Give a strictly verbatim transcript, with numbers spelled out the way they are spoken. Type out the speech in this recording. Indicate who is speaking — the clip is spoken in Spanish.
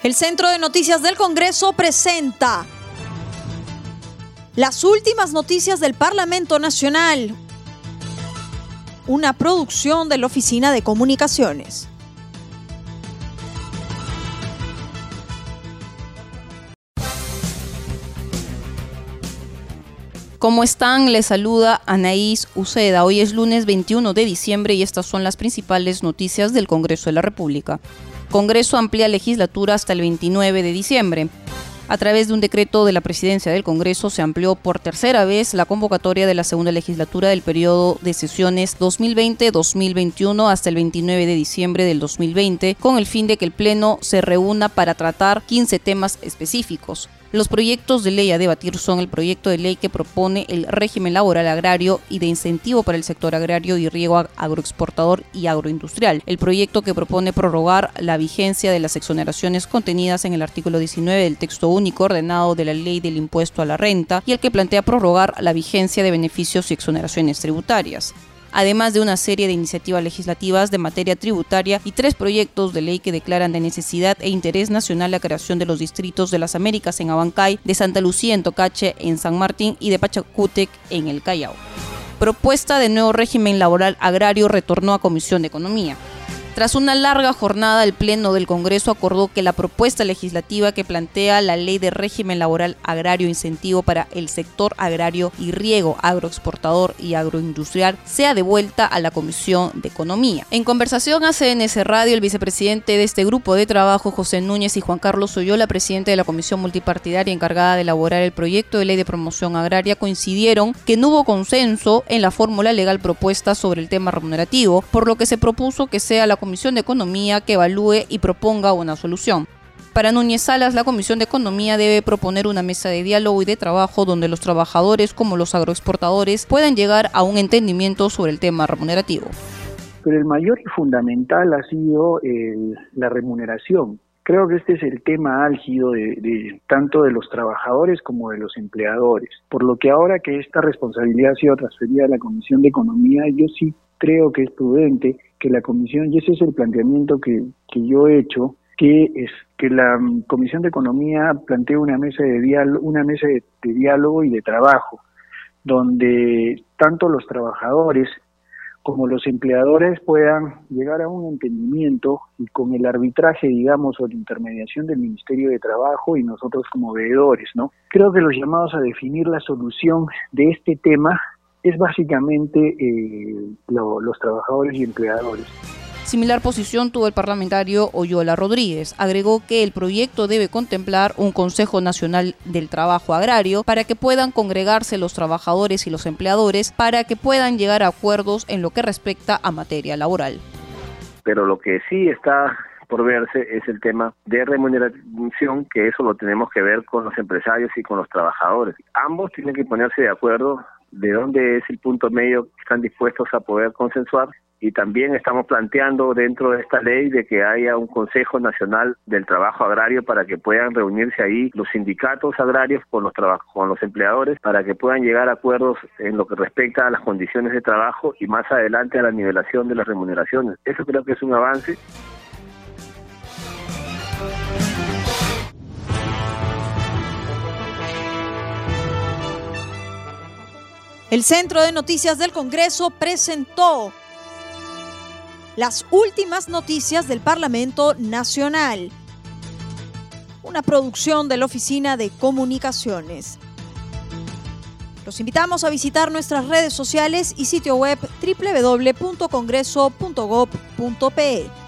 Speaker 1: El Centro de Noticias del Congreso presenta las últimas noticias del Parlamento Nacional, una producción de la Oficina de Comunicaciones.
Speaker 2: ¿Cómo están? Les saluda Anaís Uceda. Hoy es lunes veintiuno de diciembre y estas son las principales noticias del Congreso de la República. Congreso amplía legislatura hasta el veintinueve de diciembre. A través de un decreto de la Presidencia del Congreso se amplió por tercera vez la convocatoria de la segunda legislatura del periodo de sesiones dos mil veinte dos mil veintiuno hasta el veintinueve de diciembre del dos mil veinte, con el fin de que el Pleno se reúna para tratar quince temas específicos. Los proyectos de ley a debatir son el proyecto de ley que propone el régimen laboral agrario y de incentivo para el sector agrario y riego agroexportador y agroindustrial, el proyecto que propone prorrogar la vigencia de las exoneraciones contenidas en el artículo diecinueve del texto único ordenado de la ley del impuesto a la renta y el que plantea prorrogar la vigencia de beneficios y exoneraciones tributarias, además de una serie de iniciativas legislativas de materia tributaria y tres proyectos de ley que declaran de necesidad e interés nacional la creación de los distritos de las Américas en Abancay, de Santa Lucía en Tocache en San Martín y de Pachacútec en el Callao. Propuesta de nuevo régimen laboral agrario retornó a Comisión de Economía. Tras una larga jornada, el Pleno del Congreso acordó que la propuesta legislativa que plantea la Ley de Régimen Laboral Agrario Incentivo para el sector agrario y riego agroexportador y agroindustrial sea devuelta a la Comisión de Economía. En conversación a C N S Radio, el vicepresidente de este grupo de trabajo, José Núñez, y Juan Carlos Oyola, presidente de la Comisión Multipartidaria encargada de elaborar el proyecto de Ley de Promoción Agraria, coincidieron que no hubo consenso en la fórmula legal propuesta sobre el tema remunerativo, por lo que se propuso que sea la Comisión de Economía que evalúe y proponga una solución. Para Núñez Salas, la Comisión de Economía debe proponer una mesa de diálogo y de trabajo donde los trabajadores como los agroexportadores puedan llegar a un entendimiento sobre el tema remunerativo.
Speaker 3: Pero el mayor y fundamental ha sido el, la remuneración. Creo que este es el tema álgido de, de tanto de los trabajadores como de los empleadores. Por lo que ahora que esta responsabilidad ha sido transferida a la Comisión de Economía, yo sí creo que es prudente que la Comisión, y ese es el planteamiento que, que yo he hecho, que es que la Comisión de Economía plantee una mesa de diálogo, una mesa de, de diálogo y de trabajo, donde tanto los trabajadores como los empleadores puedan llegar a un entendimiento y con el arbitraje, digamos, o la intermediación del Ministerio de Trabajo y nosotros como veedores, ¿no? Creo que los llamados a definir la solución de este tema es básicamente eh, lo, los trabajadores y empleadores.
Speaker 2: Similar posición tuvo el parlamentario Oyola Rodríguez. Agregó que el proyecto debe contemplar un Consejo Nacional del Trabajo Agrario para que puedan congregarse los trabajadores y los empleadores para que puedan llegar a acuerdos en lo que respecta a materia laboral.
Speaker 4: Pero lo que sí está por verse es el tema de remuneración, que eso lo tenemos que ver con los empresarios y con los trabajadores. Ambos tienen que ponerse de acuerdo de dónde es el punto medio que están dispuestos a poder consensuar, y también estamos planteando dentro de esta ley de que haya un Consejo Nacional del Trabajo Agrario para que puedan reunirse ahí los sindicatos agrarios con los traba- con los empleadores para que puedan llegar a acuerdos en lo que respecta a las condiciones de trabajo y más adelante a la nivelación de las remuneraciones. Eso creo que es un avance.
Speaker 1: El Centro de Noticias del Congreso presentó las últimas noticias del Parlamento Nacional, una producción de la Oficina de Comunicaciones. Los invitamos a visitar nuestras redes sociales y sitio web doble u doble u doble u punto congreso punto gob punto pe.